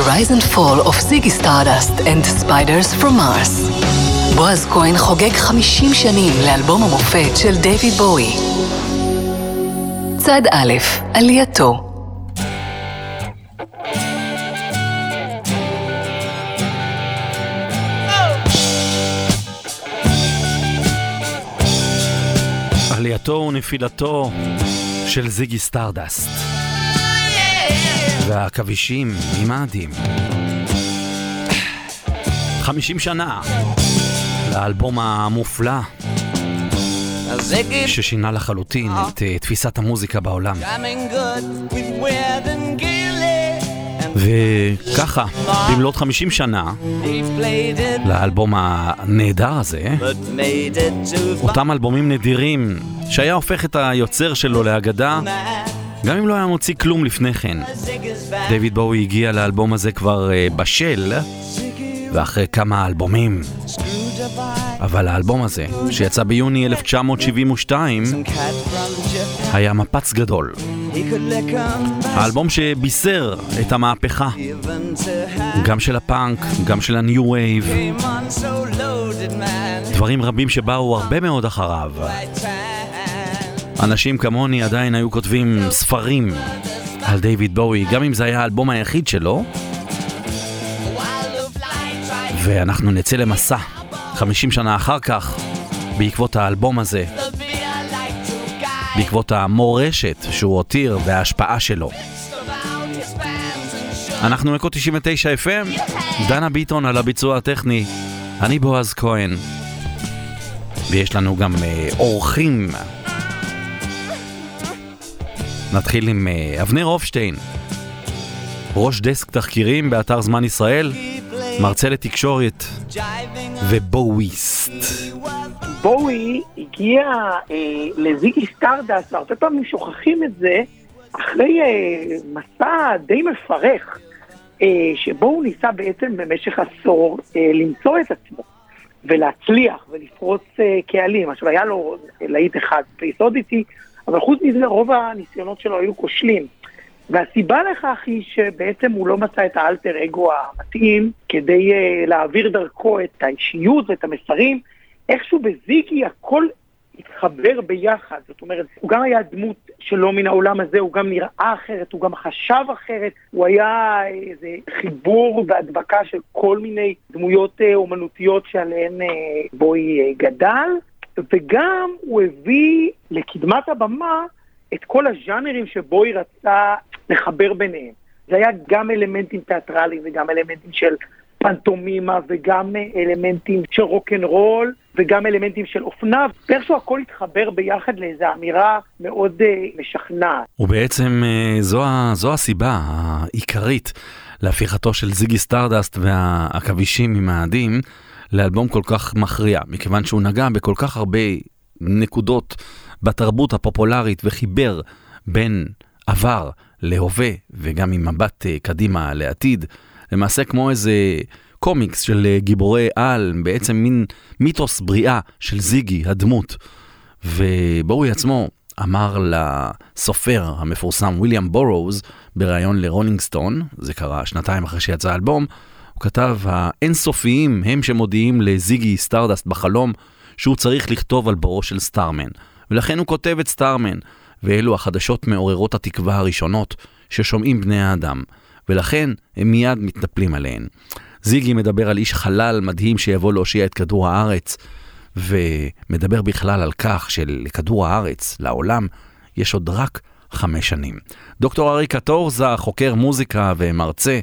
Rise and Fall of Ziggy Stardust and Spiders from Mars. בועז כהן חוגג 50 שנים לאלבום המופת של דיוויד בואי. צד א', עלייתו. עלייתו ונפילתו של זיגי סטארדסט והכבישים עם האדים. 50 שנה לאלבום המופלא ששינה לחלוטין את תפיסת המוזיקה בעולם. וככה, במלאת 50 שנה לאלבום הנהדר הזה, אותם אלבומים נדירים שהיה הופך את היוצר שלו לאגדה, גם אם לא היה מוציא כלום לפני כן. דיוויד בואי הגיע לאלבום הזה כבר בשל, ואחרי כמה אלבומים. אבל האלבום הזה, שיצא ביוני 1972, היה מפץ גדול. האלבום שבישר את המהפכה, גם של הפאנק, גם של הניו וייב, דברים רבים שבאו הרבה מאוד אחריו. אנשים כמוני עדיין היו כותבים ספרים על דיוויד בואי, גם אם זה היה האלבום היחיד שלו. ואנחנו נצא למסע 50 שנה אחר כך בעקבות האלבום הזה, בעקבות המורשת שהוא הותיר וההשפעה שלו. אנחנו אקו 99 FM, דנה ביטון על הביצוע הטכני, אני בועז כהן, ויש לנו גם אורחים. נתחיל עם אבנר הופשטיין, ראש דסק תחקירים באתר זמן ישראל, מרצה לתקשורת ובואיסט. בואי הגיע לזיגי סטארדסט, הרבה פעמים שוכחים את זה, אחרי מסע די מפרך, שבו הוא ניסה בעצם במשך עשור למצוא את עצמו ולהצליח ולפרוץ קהלים. עכשיו היה לו להיט אחד, פייסודיטי, אבל חוץ מזה רוב הניסיונות שלו היו כושלים. והסיבה לכך היא שבעצם הוא לא מצא את האלטר אגו המתאים כדי להעביר דרכו את האישיות ואת המסרים. איכשהו בזיגי הכל התחבר ביחד, זאת אומרת, הוא גם היה דמות שלו מן העולם הזה, הוא גם נראה אחרת, הוא גם חשב אחרת, הוא היה איזה חיבור והדבקה של כל מיני דמויות אומנותיות שעליהן בואי גדל, וגם הוא הביא לקדמת הבמה את כל הז'אנרים שבואי רצה לחבר ביניהם. זה היה גם אלמנטים תיאטרליים וגם אלמנטים של פנטומימה וגם אלמנטים של רוק'נ'רול וגם אלמנטים של אופנה. פרשו הכל התחבר ביחד לאיזו אמירה מאוד משכנעת. ובעצם זו הסיבה העיקרית להפיכתו של זיגי סטארדסט והכבישים עם האדים לאלבום כל כך מכריע, מכיוון שהוא נגע בכל כך הרבה נקודות בתרבות הפופולרית וחיבר בין עבר להווה וגם עם מבט קדימה לעתיד, למעשה כמו איזה קומיקס של גיבורי על, בעצם מין מיתוס בריאה של זיגי הדמות. ובואי עצמו אמר לסופר המפורסם וויליאם בורוז בראיון לרולינג סטון, זה קרה שנתיים אחרי שיצא האלבום, הוא כתב: האינסופיים הם שמודיעים לזיגי סטארדסט בחלום שהוא צריך לכתוב על בורו של סטארמן, ולכן הוא כותב את סטארמן, ואלו החדשות מעוררות התקווה הראשונות ששומעים בני האדם, ולכן הם מיד מתנפלים עליהן. זיגי מדבר על איש חלל מדהים שיבוא להושיע את כדור הארץ, ומדבר בכלל על כך שלכדור הארץ, לעולם, יש עוד רק 5 שנים. דוקטור אריק קטורזה, חוקר מוזיקה ומרצה,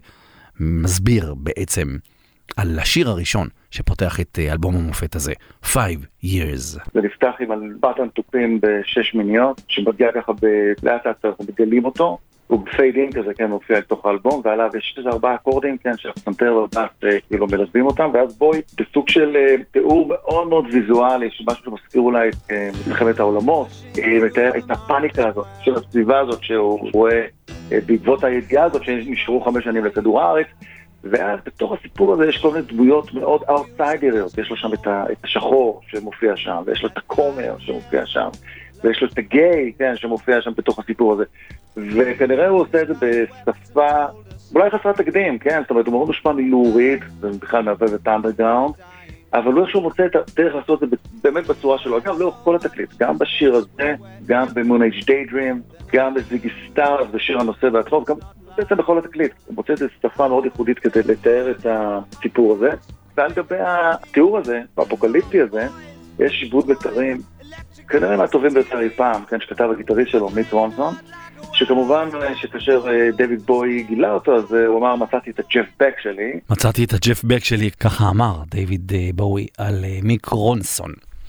מסביר בעצם על השיר הראשון שפותח את אלבום המופת הזה, 5 Years. זה נפתח עם אלבטן תופים ב6 מיניות, שמגיע ככה לאט לאט אנחנו מגלים אותו, הוא בפיידין כזה, כן, מופיע לתוך האלבום, ועליו יש 4 אקורדים, כן, שהסנטר והבאס כאילו מלווים אותם, ואז בואי בסוג של תיאור מאוד מאוד ויזואלי, שמשהו שמזכיר אולי את מלחמת העולמות, מתאר את הפאניקה הזאת, של הסביבה הזאת, שהוא רואה בעקבות הידיעה הזאת, שנשארו 5 שנים לכדור הארץ, ואז בתוך הסיפור הזה יש כל מיני דמויות מאוד אאוטסיידריות, יש לו שם את השחור שמופיע שם, ויש לו את הכומר שמופיע שם, ויש לו את הגיי, כן, שמופיע שם בתוך הסיפור הזה, וכנראה הוא עושה את זה בשפה אולי חסרת תקדים, כן? זאת אומרת, הוא מאוד מושפע מלורית, זה בכלל מהווה את האנדרגראונד, אבל הוא איכשהו מוצא את הדרך לעשות את זה באמת בצורה שלו, אגב, לאורך כל התקליט, גם בשיר הזה, גם ב-Moon Age Daydream, גם בזיגי סטארדסט, בשיר הנושא בעצמו, גם בעצם בכל התקליט. הוא מוצא את שפה מאוד ייחודית כדי לתאר את הסיפור הזה, ועל גבי התיאור הזה, האפוקליפטי הזה, יש עיבוד בתרים, כנראה מהטובים ביותר אי פעם, כן, שכתב הגיטריסט שלו, מיק רונסון, שכמובן שכאשר דיוויד בוי גילה אותו, אז הוא אמר, מצאתי את הג'ף בק שלי. מצאתי את הג'ף בק שלי, ככה אמר דיוויד בוי על מיק רונסון.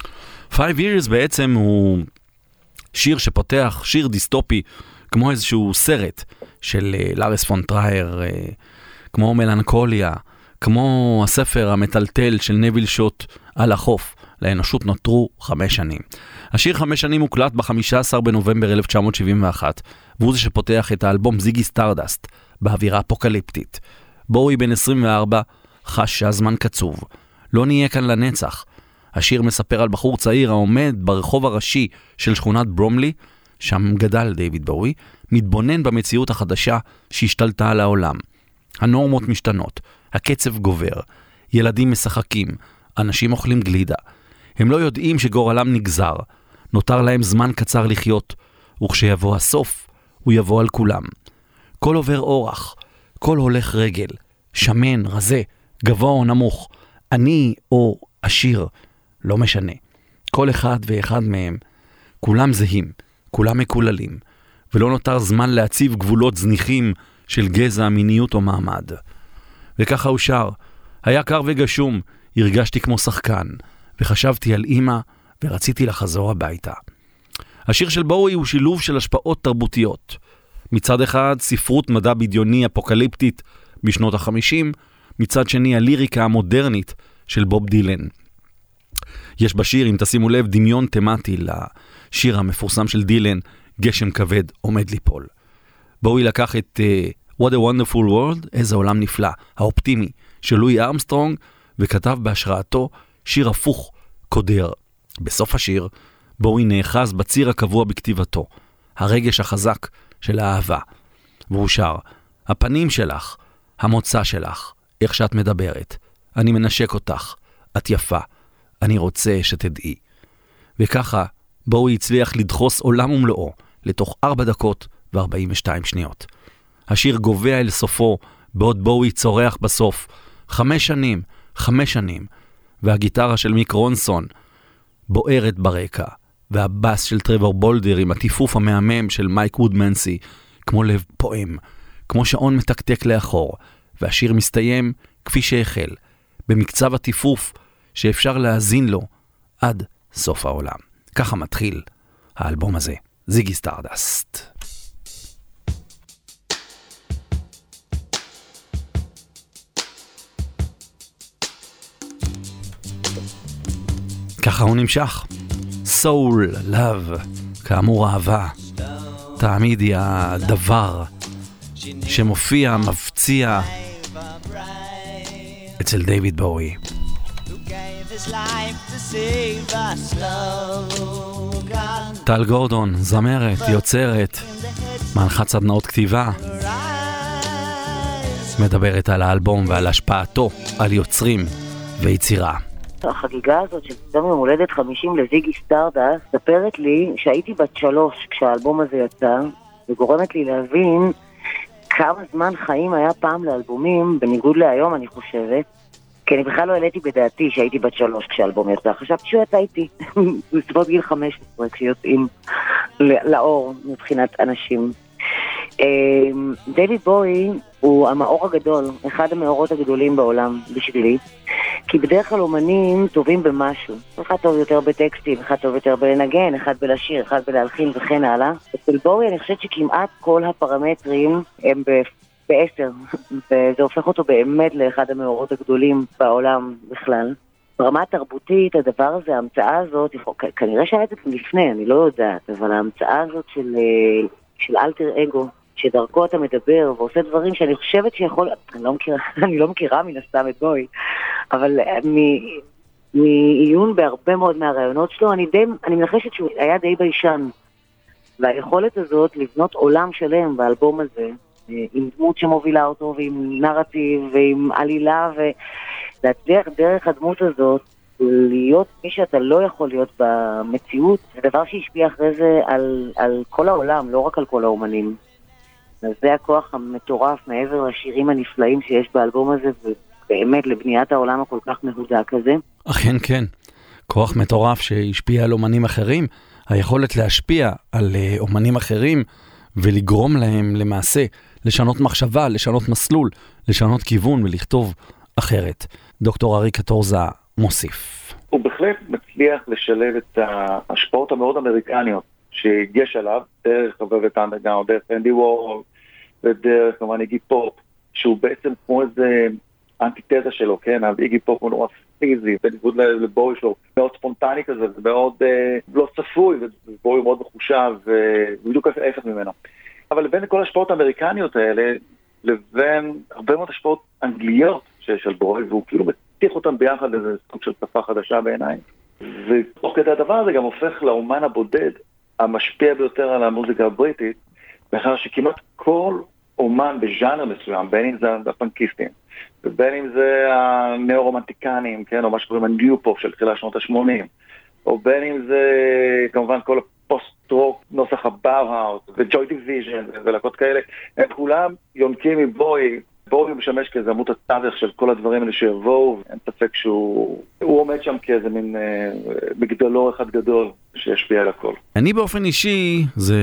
5 Years בעצם הוא שיר שפותח, שיר דיסטופי, כמו איזשהו סרט של לארס פון טרייר, כמו מלנכוליה, כמו הספר המטלטל של נביל שוט על החוף. לאנושות נותרו 5 שנים. השיר 5 שנים הוקלט ב-15 בנובמבר 1971, והוא זה שפותח את האלבום זיגי סטארדסט, באווירה אפוקליפטית. בואי בן 24 חש שהזמן קצוב. לא נהיה כאן לנצח. השיר מספר על בחור צעיר העומד ברחוב הראשי של שכונת ברומלי, שם גדל דיוויד בואי, מתבונן במציאות החדשה שהשתלטה על העולם. הנורמות משתנות, הקצב גובר, ילדים משחקים, אנשים אוכלים גלידה. הם לא יודעים שגורלם נגזר, נותר להם זמן קצר לחיות, וכשיבוא הסוף, הוא יבוא על כולם. כל עובר אורח, כל הולך רגל, שמן, רזה, גבוה או נמוך, עני או עשיר, לא משנה. כל אחד ואחד מהם, כולם זהים, כולם מקוללים, ולא נותר זמן להציב גבולות זניחים של גזע, מיניות או מעמד. וככה הוא שר, היה קר וגשום, הרגשתי כמו שחקן, וחשבתי על אמא, ורציתי לחזור הביתה. השיר של בואי הוא שילוב של השפעות תרבותיות. מצד אחד, ספרות מדע בדיוני אפוקליפטית בשנות ה-50, מצד שני, הליריקה המודרנית של בוב דילן. יש בשיר, אם תשימו לב, דמיון תמטי לשיר המפורסם של דילן, גשם כבד עומד ליפול. בואי לקח את What a Wonderful World, איזה עולם נפלא, האופטימי, של לואי ארמסטרונג, וכתב בהשראתו שיר הפוך, קודר. בסוף השיר, בואי נאחז בציר הקבוע בכתיבתו, הרגש החזק של האהבה. והוא שר, הפנים שלך, המוצא שלך, איך שאת מדברת, אני מנשק אותך, את יפה, אני רוצה שתדעי. וככה, בואי הצליח לדחוס עולם ומלואו, לתוך 4 דקות ו42 שניות. השיר גובע אל סופו, בעוד בואי צורח בסוף, 5 שנים, 5 שנים, והגיטרה של מיק רונסון בוערת ברקע, והבאס של טרוור בולדר עם הטיפוף המהמם של מייק וודמנסי, כמו לב פועם, כמו שעון מתקתק לאחור, והשיר מסתיים כפי שהחל, במקצב הטיפוף שאפשר להאזין לו עד סוף העולם. ככה מתחיל האלבום הזה, זיגי סטארדסט. ככה הוא נמשך. סול, לב, כאמור אהבה, תמיד היא הדבר שמופיע, מבציע אצל דיוויד בואי. טל גורדון, זמרת, יוצרת, מנחת סדנאות כתיבה, מדברת על האלבום ועל השפעתו על יוצרים ויצירה. החגיגה הזאת של פתאום יום הולדת 50 לזיגי סטארדסט ספרת לי שהייתי בת 3 כשהאלבום הזה יצא, וגורמת לי להבין כמה זמן חיים היה פעם לאלבומים, בניגוד להיום אני חושבת, כי אני בכלל לא העליתי בדעתי שהייתי בת 3 כשהאלבום יצא. חשבתי שהוא יצא איתי בסביבות גיל 15 כשיוצאים לאור מבחינת אנשים. דיוויד בואי הוא המאור הגדול, אחד המאורות הגדולים בעולם בשבילי, כי בדרך כלל אומנים טובים במשהו. אחד טוב יותר בטקסטים, אחד טוב יותר בלנגן, אחד בלשיר, אחד בלהלחין וכן הלאה. אצל בואי אני חושבת שכמעט כל הפרמטרים הם ב10, וזה הופך אותו באמת לאחד המאורות הגדולים בעולם בכלל. ברמה התרבותית, הדבר הזה, ההמצאה הזאת, כנראה שהיה את זה לפני, אני לא יודעת, אבל ההמצאה הזאת של אלטר אגו, שדרכו אתה מדבר ועושה דברים שאני חושבת שיכול, אני לא מכירה מן הסתם את בואי, אבל מעיון בהרבה מאוד מהרעיונות שלו, אני מנחשת שהוא היה די ביישן, והיכולת הזאת לבנות עולם שלם באלבום הזה, עם דמות שמובילה אותו, ועם נרטיב, ועם עלילה, ולהצליח דרך הדמות הזאת, להיות מי שאתה לא יכול להיות במציאות, זה דבר שהשפיע אחרי זה על כל העולם, לא רק על כל האומנים. אז זה הכוח המטורף מעבר לשירים הנפלאים שיש באלבום הזה, ובאמת לבניית העולם הכל כך מהודק הזה. אכן כן, כוח מטורף שהשפיע על אומנים אחרים, היכולת להשפיע על אומנים אחרים, ולגרום להם למעשה לשנות מחשבה, לשנות מסלול, לשנות כיוון ולכתוב אחרת. דוקטור אריק קטורזה מוסיף. הוא בהחלט מצליח לשלב את ההשפעות המאוד אמריקניות שיש עליו, דרך חובבת אנדרגראונד, דרך אנדי וורהול, ודרך כמובן איגי פופ, שהוא בעצם כמו איזה אנטיתזה שלו, כן? איגי פופ הוא נורא פיזי, בניגוד לבוי שלו, מאוד ספונטני כזה, ומאוד לא צפוי, ובוי מאוד מחושב, ובדיוק ההפך ממנו. אבל לבין כל ההשפעות האמריקניות האלה, לבין הרבה מאוד השפעות אנגליות שיש על בוי, והוא כאילו מתיך אותם ביחד לאיזה סוג של שפה חדשה בעיניי. ותוך כדי הדבר הזה גם הופך לאומן הבודד, המשפיע ביותר על המוזיקה הבריטית, מאחר שכמעט כל אומן בז'אנר מסוים, בין אם זה הפנקיסטים, ובין אם זה הנאו-רומנטיקנים, כן, או מה שקוראים הניו-פופ של תחילה שנות ה-80, או בין אם זה כמובן כל הפוסט-רוק, נוסח הבאוהאוס, וג'וי דיוויז'ן, ולהקות כאלה, הם כולם יונקים מבוי, בוי משמש כאיזה עמוד התווך של כל הדברים האלה שיבואו, אין ספק שהוא עומד שם כאיזה מין מגדלור אחד גדול שישפיע על הכל. אני באופן אישי, זה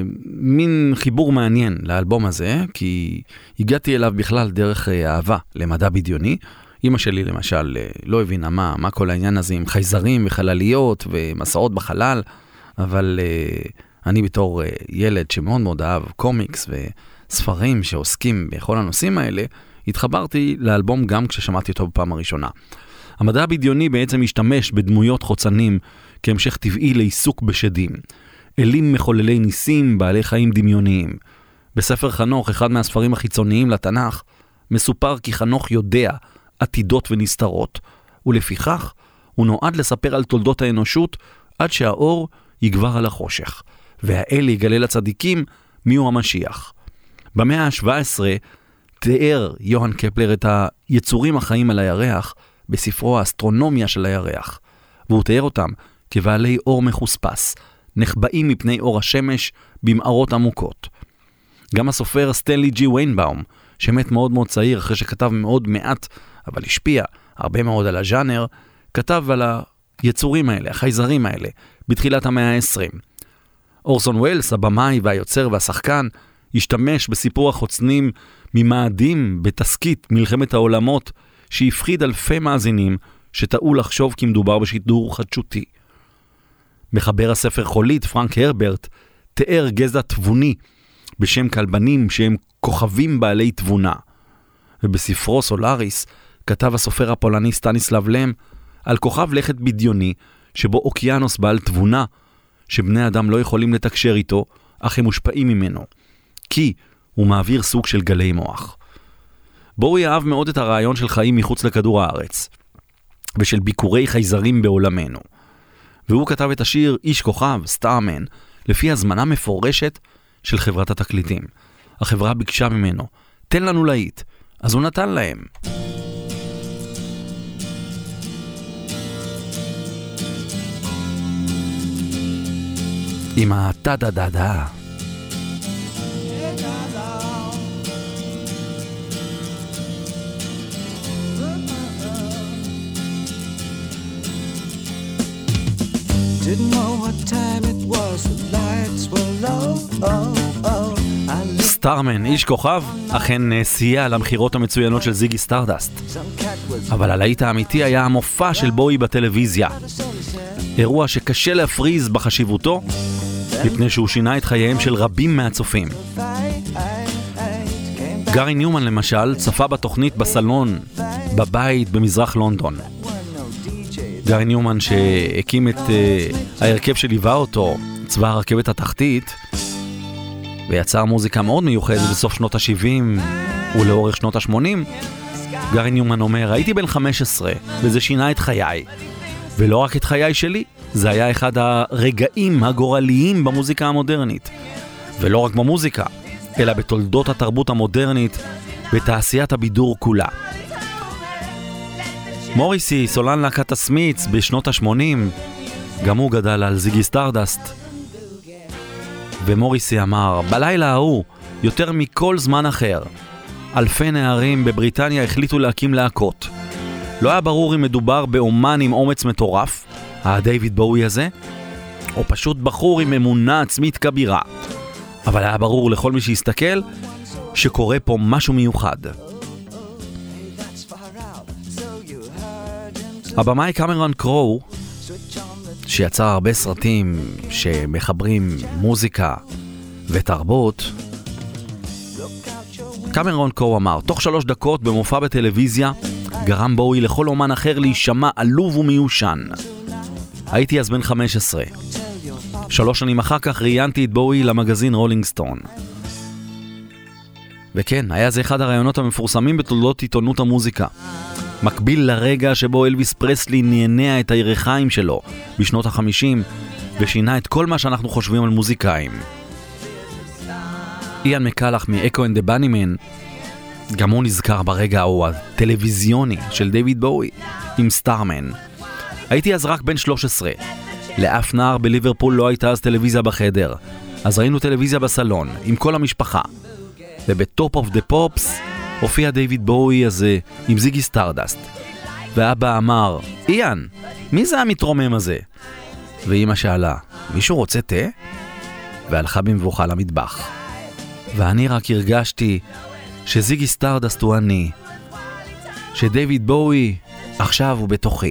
מין חיבור מעניין לאלבום הזה, כי הגעתי אליו בכלל דרך אהבה למדע בדיוני. אמא שלי למשל לא הבינה מה כל העניין הזה עם חייזרים וחלליות ומסעות בחלל, אבל אני בתור ילד שמאוד מאוד אהב קומיקס וספרים שעוסקים בכל הנושאים האלה, התחברתי לאלבום גם כששמעתי אותו בפעם הראשונה. המדע הבדיוני בעצם משתמש בדמויות חוצנים כהמשך טבעי לעיסוק בשדים. אלים מחוללי ניסים, בעלי חיים דמיוניים. בספר חנוך, אחד מהספרים החיצוניים לתנ"ך, מסופר כי חנוך יודע עתידות ונסתרות, ולפיכך הוא נועד לספר על תולדות האנושות עד שהאור יגבר על החושך, והאל יגלה לצדיקים מיהו המשיח. במאה ה-17 תיאר יוהאן קפלר את היצורים החיים על הירח בספרו האסטרונומיה של הירח, והוא תיאר אותם כבעלי אור מחוספס, נחבאים מפני אור השמש במערות עמוקות. גם הסופר סטנלי ג'י ויינבאום, שמת מאוד מאוד צעיר אחרי שכתב מאוד מעט, אבל השפיע הרבה מאוד על הז'אנר, כתב על היצורים האלה, החייזרים האלה, בתחילת המאה ה-20. אורסון ווילס, הבמאי והיוצר והשחקן, השתמש בסיפור החוצנים ממאדים בתסקית מלחמת העולמות, שהפחיד אלפי מאזינים שטעו לחשוב כי מדובר בשידור חדשותי. מחבר הספר חולית, פרנק הרברט, תיאר גזע תבוני בשם כלבנים שהם כוכבים בעלי תבונה. ובספרו סולאריס כתב הסופר הפולני סטניסלב לם על כוכב לכת בדיוני שבו אוקיינוס בעל תבונה שבני אדם לא יכולים לתקשר איתו, אך הם מושפעים ממנו, כי הוא מעביר סוג של גלי מוח. בואי אהב מאוד את הרעיון של חיים מחוץ לכדור הארץ, ושל ביקורי חייזרים בעולמנו. והוא כתב את השיר איש כוכב, סטארמן, לפי הזמנה מפורשת של חברת התקליטים. החברה ביקשה ממנו, תן לנו להיט, אז הוא נתן להם. עם הטה-דה-דה-דה. Didn't know what time it was, the lights were low, סטארמן, איש כוכב, אכן סייע למחירות המצוינות של זיגי סטארדסט. אבל הלהיט האמיתי היה המופע של בואי בטלוויזיה. אירוע שקשה להפריז בחשיבותו, מפני שהוא שינה את חייהם של רבים מהצופים. גארי ניומן למשל צפה בתוכנית בסלון, בבית במזרח לונדון. גארי ניומן שהקים את ההרכב שליווה אותו, צבא הרכבת התחתית, ויצר מוזיקה מאוד מיוחדת בסוף שנות ה-70 ולאורך שנות ה-80. גארי ניומן אומר, הייתי בן 15 וזה שינה את חיי. ולא רק את חיי שלי, זה היה אחד הרגעים הגורליים במוזיקה המודרנית. ולא רק במוזיקה, אלא בתולדות התרבות המודרנית ותעשיית הבידור כולה. מוריסי, סולן להקת הסמיץ בשנות ה-80, גם הוא גדל על זיגי סטארדסט. ומוריסי אמר, בלילה ההוא, יותר מכל זמן אחר, אלפי נערים בבריטניה החליטו להקים להקות. לא היה ברור אם מדובר באומן עם אומץ מטורף, הדייוויד בואי הזה, או פשוט בחור עם אמונה עצמית כבירה. אבל היה ברור לכל מי שיסתכל שקורה פה משהו מיוחד. הבמאי קמרון קרו, שיצר הרבה סרטים שמחברים מוזיקה ותרבות, קמרון קרו אמר, תוך 3 דקות במופע בטלוויזיה גרם בואי לכל אומן אחר להישמע עלוב ומיושן. הייתי אז בן 15. 3 שנים אחר כך ראיינתי את בואי למגזין רולינג סטון. וכן, היה זה אחד הרעיונות המפורסמים בתולדות עיתונות המוזיקה. מקביל לרגע שבו אלוויס פרסלי נהנע את הירחיים שלו בשנות ה-50 ושינה את כל מה שאנחנו חושבים על מוזיקאים. איאן מקלח מאקו אנד דה בנימן, גם הוא נזכר ברגע ההוא הטלוויזיוני של דיוויד בואי עם סטארמן. הייתי אז רק בן 13. לאף נער בליברפול לא הייתה אז טלוויזיה בחדר, אז ראינו טלוויזיה בסלון עם כל המשפחה. ובטופ אוף דה פופס הופיע דיוויד בואי הזה עם זיגי סטארדסט. ואבא אמר, איאן, מי זה המתרומם הזה? ואמא שאלה, מישהו רוצה תה? והלכה במבוכה למטבח. ואני רק הרגשתי שזיגי סטארדסט הוא אני, שדיוויד בואי עכשיו הוא בתוכי.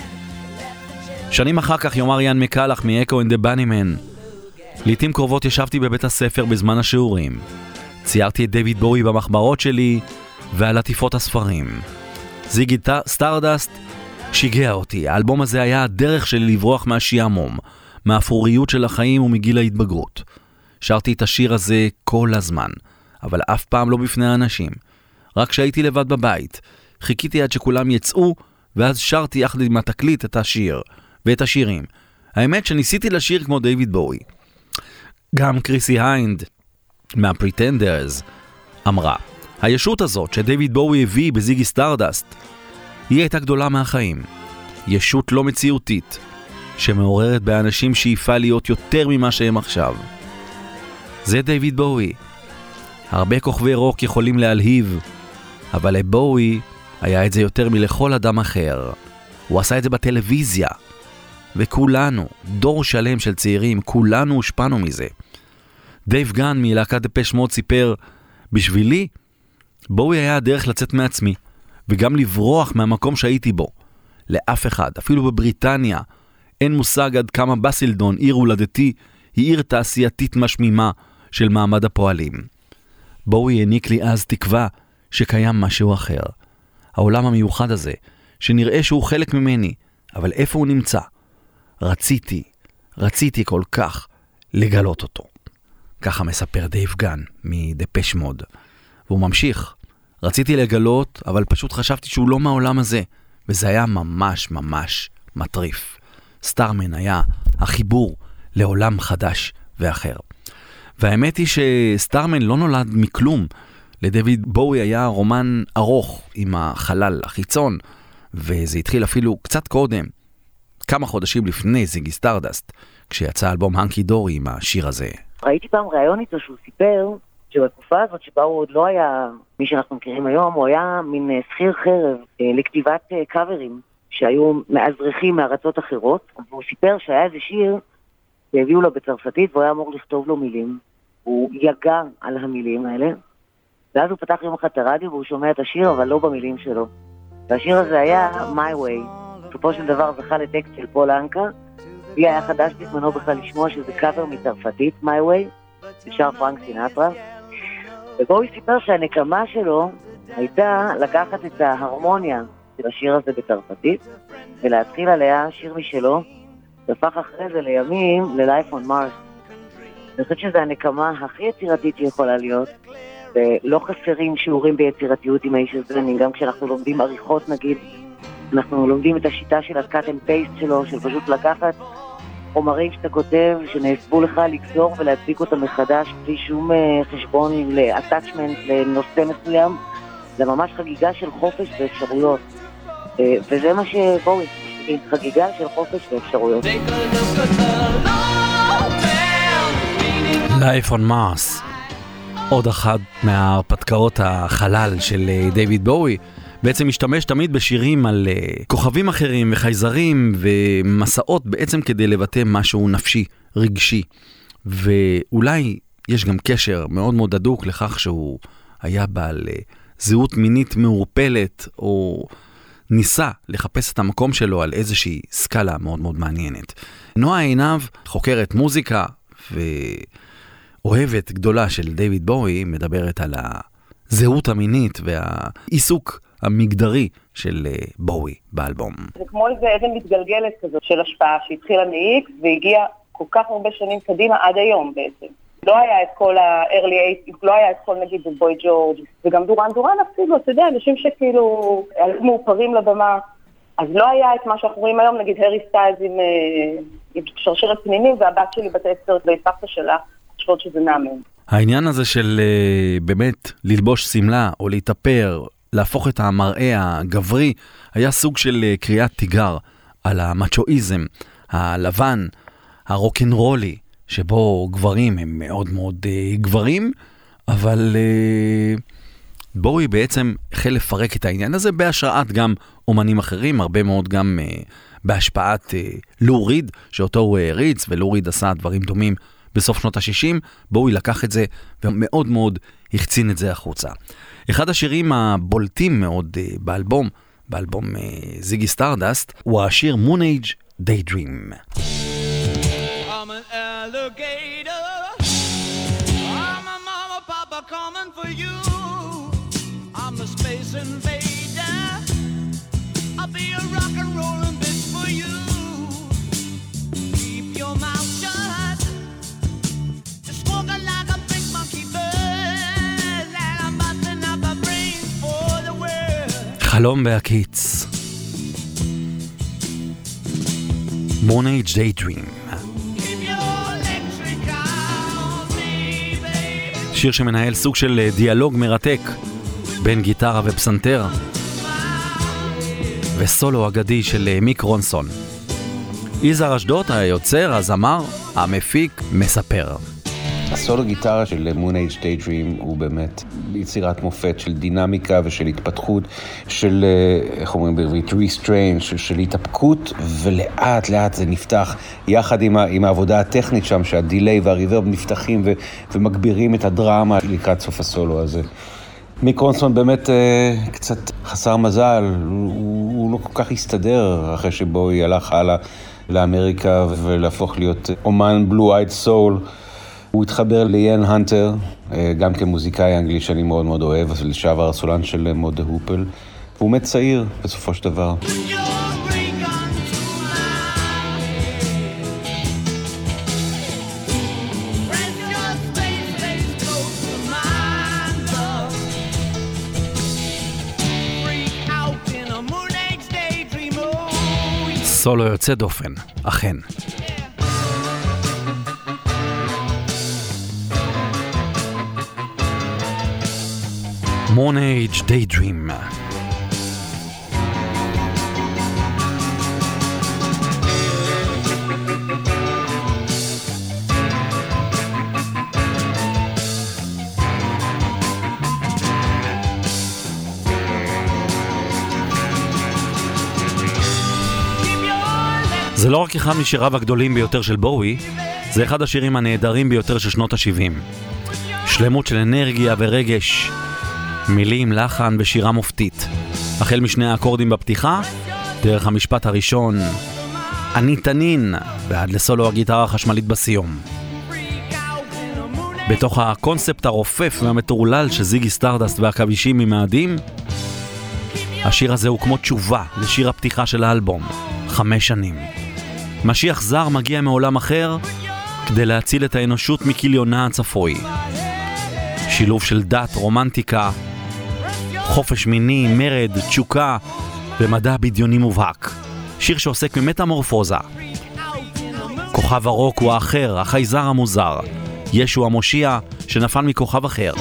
שנים אחר כך יאמר איאן מקלח מאקו אנד דה בנימן, לעתים קרובות ישבתי בבית הספר בזמן השיעורים, ציירתי את דיוויד בואי במחברות שלי ועל עטיפות הספרים. זיגי סטארדסט שיגע אותי. האלבום הזה היה הדרך שלי לברוח מהשיעמום, מהאפוריות של החיים ומגיל ההתבגרות. שרתי את השיר הזה כל הזמן, אבל אף פעם לא בפני האנשים. רק כשהייתי לבד בבית, חיכיתי עד שכולם יצאו, ואז שרתי יחד עם התקליט את השיר ואת השירים. האמת שניסיתי לשיר כמו דיוויד בואי. גם קריסי היינד מהפריטנדרס אמרה, הישות הזאת שדיוויד בואי הביא בזיגי סטארדסט, היא הייתה גדולה מהחיים. ישות לא מציאותית, שמעוררת באנשים שאיפה להיות יותר ממה שהם עכשיו. זה דיוויד בואי. הרבה כוכבי רוק יכולים להלהיב, אבל לבואי היה את זה יותר מלכל אדם אחר. הוא עשה את זה בטלוויזיה, וכולנו, דור שלם של צעירים, כולנו הושפענו מזה. דייב גן מלהקת דפש מוד סיפר, בשבילי, בואי היה הדרך לצאת מעצמי, וגם לברוח מהמקום שהייתי בו. לאף אחד, אפילו בבריטניה, אין מושג עד כמה בסילדון, עיר הולדתי, היא עיר תעשייתית משמימה של מעמד הפועלים. בואי העניק לי אז תקווה שקיים משהו אחר. העולם המיוחד הזה, שנראה שהוא חלק ממני, אבל איפה הוא נמצא? רציתי כל כך לגלות אותו. ככה מספר דייב גן מדפש מוד. והוא ממשיך. רציתי לגלות, אבל פשוט חשבתי שהוא לא מהעולם הזה. וזה היה ממש ממש מטריף. סטארמן היה החיבור לעולם חדש ואחר. והאמת היא שסטארמן לא נולד מכלום. לדויד בואי היה רומן ארוך עם החלל החיצון, וזה התחיל אפילו קצת קודם, כמה חודשים לפני זיגי סטארדסט, כשיצא אלבום הנקי דורי עם השיר הזה. ראיתי פעם ראיון איתו שהוא סיפר שבתקופה הזאת שבה הוא עוד לא היה מי שאנחנו מכירים היום, הוא היה מין שכיר חרב לכתיבת קאברים שהיו מאזרחים מארצות אחרות, והוא סיפר שהיה איזה שיר שהביאו לו בצרפתית והוא היה אמור לכתוב לו מילים. הוא יגע על המילים האלה, ואז הוא פתח יום אחד את הרדיו והוא שומע את השיר אבל לא במילים שלו. והשיר הזה היה My Way. בסופו של דבר זכה לטקסט של פול אנקה, לי היה חדש בזמנו בכלל לשמוע שזה קאבר מצרפתית, My Way, ושר פרנק סינטרה. ובו הוא סיפר שהנקמה שלו הייתה לקחת את ההרמוניה של השיר הזה בצרפתית, ולהתחיל עליה שיר משלו, שהפך אחרי זה לימים ל-Life on Mars. אני חושבת שזו הנקמה הכי יצירתית שיכולה להיות, ולא חסרים שיעורים ביצירתיות עם האיש הזה, גם כשאנחנו לומדים עריכות נגיד, אנחנו לומדים את השיטה של ה-cut and paste שלו, של פשוט לקחת חומרים שאתה כותב, שנאספו לך לגזור ולהדביק אותם מחדש, בלי שום חשבון ל-attachment לנושא מסוים, זה ממש חגיגה של חופש ואפשרויות. וזה מה שבואי, חגיגה של חופש ואפשרויות. Life on Mars, עוד אחת מההרפתקאות החלל של דיוויד בואי, בעצם משתמש תמיד בשירים על כוכבים אחרים וחייזרים ומסעות בעצם כדי לבטא משהו נפשי, רגשי. ואולי יש גם קשר מאוד מאוד הדוק לכך שהוא היה בעל זהות מינית מעורפלת, או ניסה לחפש את המקום שלו על איזושהי סקאלה מאוד מאוד מעניינת. נועה עינב, חוקרת מוזיקה ואוהבת גדולה של דיוויד בואי, מדברת על הזהות המינית והעיסוק המגדרי של בואי באלבום. זה כמו איזה אבן מתגלגלת כזאת של השפעה שהתחילה מ-X והגיעה כל כך הרבה שנים קדימה עד היום בעצם. לא היה את כל ה-early 80s, לא היה את כל נגיד בוי ג'ורג' וגם דורן אפילו, אתה יודע, אנשים שכאילו היו מאופרים לבמה, אז לא היה את מה שאנחנו רואים היום, נגיד הרי סטיילס עם שרשרת פנינים, והבת שלי בת 10 והסבתא שלה חושבות שזה נאמן. העניין הזה של באמת ללבוש סמלה או להתאפר, להפוך את המראה הגברי, היה סוג של קריאת תיגר על המצ'ואיזם הלבן, הרוקנרולי, שבו גברים הם מאוד מאוד גברים, אבל בואי בעצם החל לפרק את העניין הזה בהשראת גם אומנים אחרים, הרבה מאוד גם בהשפעת לו ריד, שאותו הוא הריץ, ולו ריד עשה דברים דומים בסוף שנות ה-60, בואי לקח את זה ומאוד מאוד החצין את זה החוצה. אחד השירים הבולטים מאוד באלבום זיגי סטארדסט, הוא השיר Moon Age Daydream. I'm an alligator. I'm a mama, papa coming for you. I'm the space invader. I'll be a rock and rollin' bitch for you. Keep your mouth shut. Just smoking like a big monkey bird. And I'm busting up a brain for the world. חלום בהקיץ. Moon Age Daydream. שיר שמנהל סוג של דיאלוג מרתק בין גיטרה ופסנתר וסולו אגדי של מיק רונסון. יזהר אשדות, היוצר, הזמר, המפיק, מספר. הסולו גיטרה של Moon Age Daydream הוא באמת יצירת מופת של דינמיקה ושל התפתחות, של, איך אומרים בעברית, restraint, של התאפקות, ולאט לאט זה נפתח יחד עם העבודה הטכנית שם, שהדיליי והריברב נפתחים ומגבירים את הדרמה לקראת סוף הסולו הזה. מיק רונסון באמת קצת חסר מזל, הוא לא כל כך הסתדר אחרי שבואי הלך הלאה לאמריקה ולהפוך להיות אומן בלו-אייד סול. הוא התחבר ליאן הנטר, גם כמוזיקאי אנגלי שאני מאוד מאוד אוהב, לשעבר הסולן של מוד דה הופל, והוא מת צעיר בסופו של דבר. סולו יוצא דופן, אכן. Moon Age Daydream. זה לא רק אחד משיריו הגדולים ביותר של בואי, זה אחד השירים הנהדרים ביותר של שנות ה-70. שלמות של אנרגיה ורגש, מילים, לחן ושירה מופתית. החל משני האקורדים בפתיחה, דרך המשפט הראשון, אני תנין, ועד לסולו הגיטרה החשמלית בסיום. בתוך הקונספט הרופף והמטורלל של זיגי סטארדסט והכבישים ממאדים, השיר הזה הוא כמו תשובה לשיר הפתיחה של האלבום, 5 שנים. משיח זר מגיע מעולם אחר כדי להציל את האנושות מכיליונה הצפוי. שילוב של דת, רומנטיקה, חופש מיני, מרד, תשוקה ומדע בדיוני מובהק. שיר שעוסק במטמורפוזה. כוכב הרוק הוא האחר, החייזר המוזר. ישו המושיע שנפל מכוכב אחר.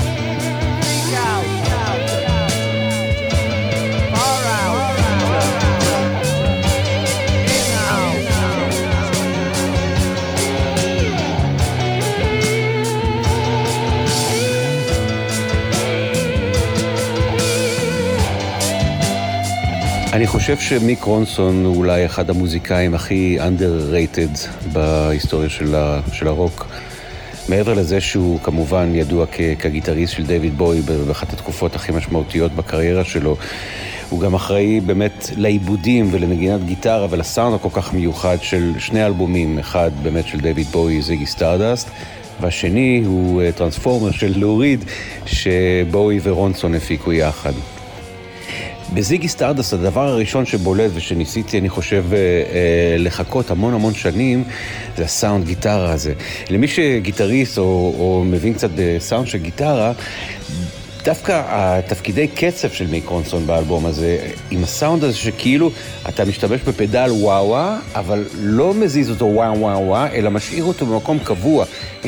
אני חושב שמיק רונסון הוא אולי אחד המוזיקאים הכי underrated בהיסטוריה של הרוק. מעבר לזה שהוא כמובן ידוע כגיטריסט של דיוויד בוי באחת התקופות הכי משמעותיות בקריירה שלו, הוא גם אחראי באמת לעיבודים ולנגינת גיטרה ולסאונד הכל כך מיוחד של שני אלבומים, אחד באמת של דיוויד בוי, זיגי סטארדסט, והשני הוא טרנספורמר של לו ריד שבוי ורונסון הפיקו יחד. בזיגי סטארדסט הדבר הראשון שבולט ושניסיתי אני חושב לחכות המון שנים זה הסאונד גיטרה הזה. למי שגיטריסט או מבין קצת בסאונד של גיטרה, דווקא התפקידי קצב של מיק רונסון באלבום הזה, עם הסאונד הזה שכאילו אתה משתמש בפדל וואווה, אבל לא מזיז אותו וואווה, אלא משאיר אותו במקום קבוע,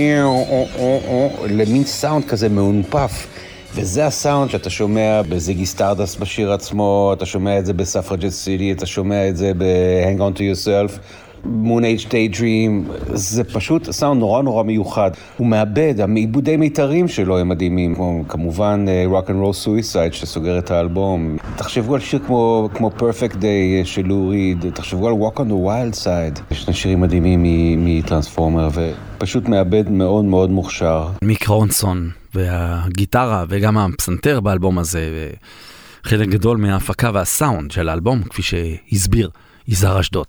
למין סאונד כזה מאונפף. וזה הסאונד שאתה שומע בזיגי סטארדסט בשיר עצמו, אתה שומע את זה בספרג'ט סיטי, אתה שומע את זה ב-Hang On To Yourself, Moon Age Daydream, זה פשוט סאונד נורא מיוחד. הוא מאבד, העיבודי מיתרים שלו הם מדהימים, כמובן Rock and Roll Suicide שסוגר את האלבום. תחשבו על שיר כמו Perfect Day של לו ריד, תחשבו על Walk on the Wild Side. יש שני שירים מדהימים מטרנספורמר, ופשוט מאבד מאוד מוכשר. מיק רונסון והגיטרה וגם הפסנתר באלבום הזה, חלק גדול מההפקה והסאונד של האלבום, כפי שהסביר יזהר אשדוד.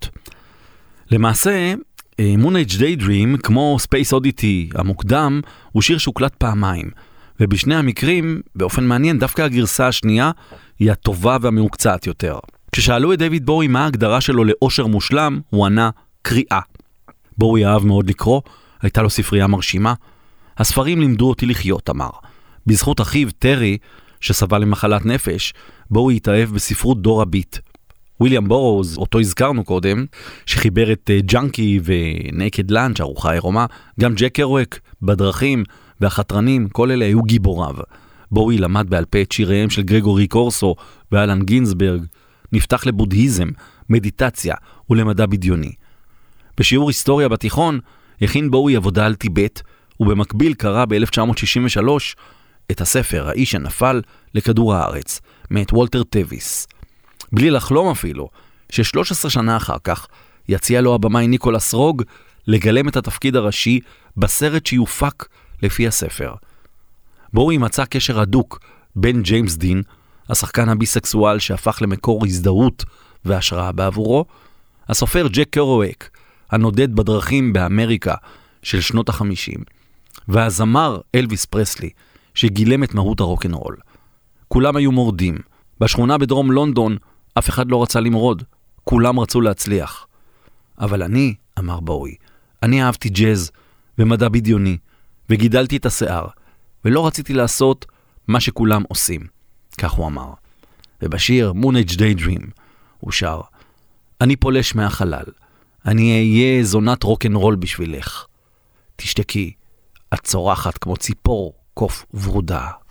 למעשה, Moon Age Daydream, כמו Space Oddity המוקדם, הוא שיר שהוקלט פעמיים, ובשני המקרים, באופן מעניין, דווקא הגרסה השנייה היא הטובה והמעוקצעת יותר. כששאלו את דיוויד בואי מה ההגדרה שלו לאושר מושלם, הוא ענה קריאה. בואי אהב מאוד לקרוא, הייתה לו ספרייה מרשימה. הספרים לימדו אותי לחיות, אמר. בזכות אחיו, טרי, שסבל למחלת נפש, בואי התאהב בספרות דור הביט. וויליאם בורוז, אותו הזכרנו קודם, שחיבר את ג'אנקי ונקד לאנץ', ארוחה עירומה, גם ג'ק קרואק, בדרכים והחתרנים, כל אלה היו גיבוריו. בואי למד בעל פה את שיריהם של גרגורי קורסו ואלן גינסברג, נפתח לבודהיזם, מדיטציה ולמדע בדיוני. בשיעור היסטוריה בתיכון, הכין בואי עבודה על טיבט, ובמקביל קרא ב-1963 את הספר האיש שנפל לכדור הארץ, מאת וולטר טוויס. בלי לחלום אפילו, ש13 שנה אחר כך יציע לו הבמאי ניקולס רוג לגלם את התפקיד הראשי בסרט שיופק לפי הספר. בואי מצא קשר הדוק בין ג'יימס דין, השחקן הביסקסואל שהפך למקור הזדהות והשראה בעבורו, הסופר ג'ק קרואק, הנודד בדרכים באמריקה של שנות ה-50, והזמר אלוויס פרסלי, שגילם את מהות הרוק'נ'רול. כולם היו מורדים. בשכונה בדרום לונדון אף אחד לא רצה למרוד, כולם רצו להצליח. אבל אני, אמר בואי, אני אהבתי ג'אז ומדע בדיוני, וגידלתי את השיער, ולא רציתי לעשות מה שכולם עושים. כך הוא אמר. ובשיר Moon Age Daydream הוא שר, אני פולש מהחלל, אני אהיה זונת רוק'נ'רול בשבילך. תשתקי, את צורחת כמו ציפור קוף ורודה.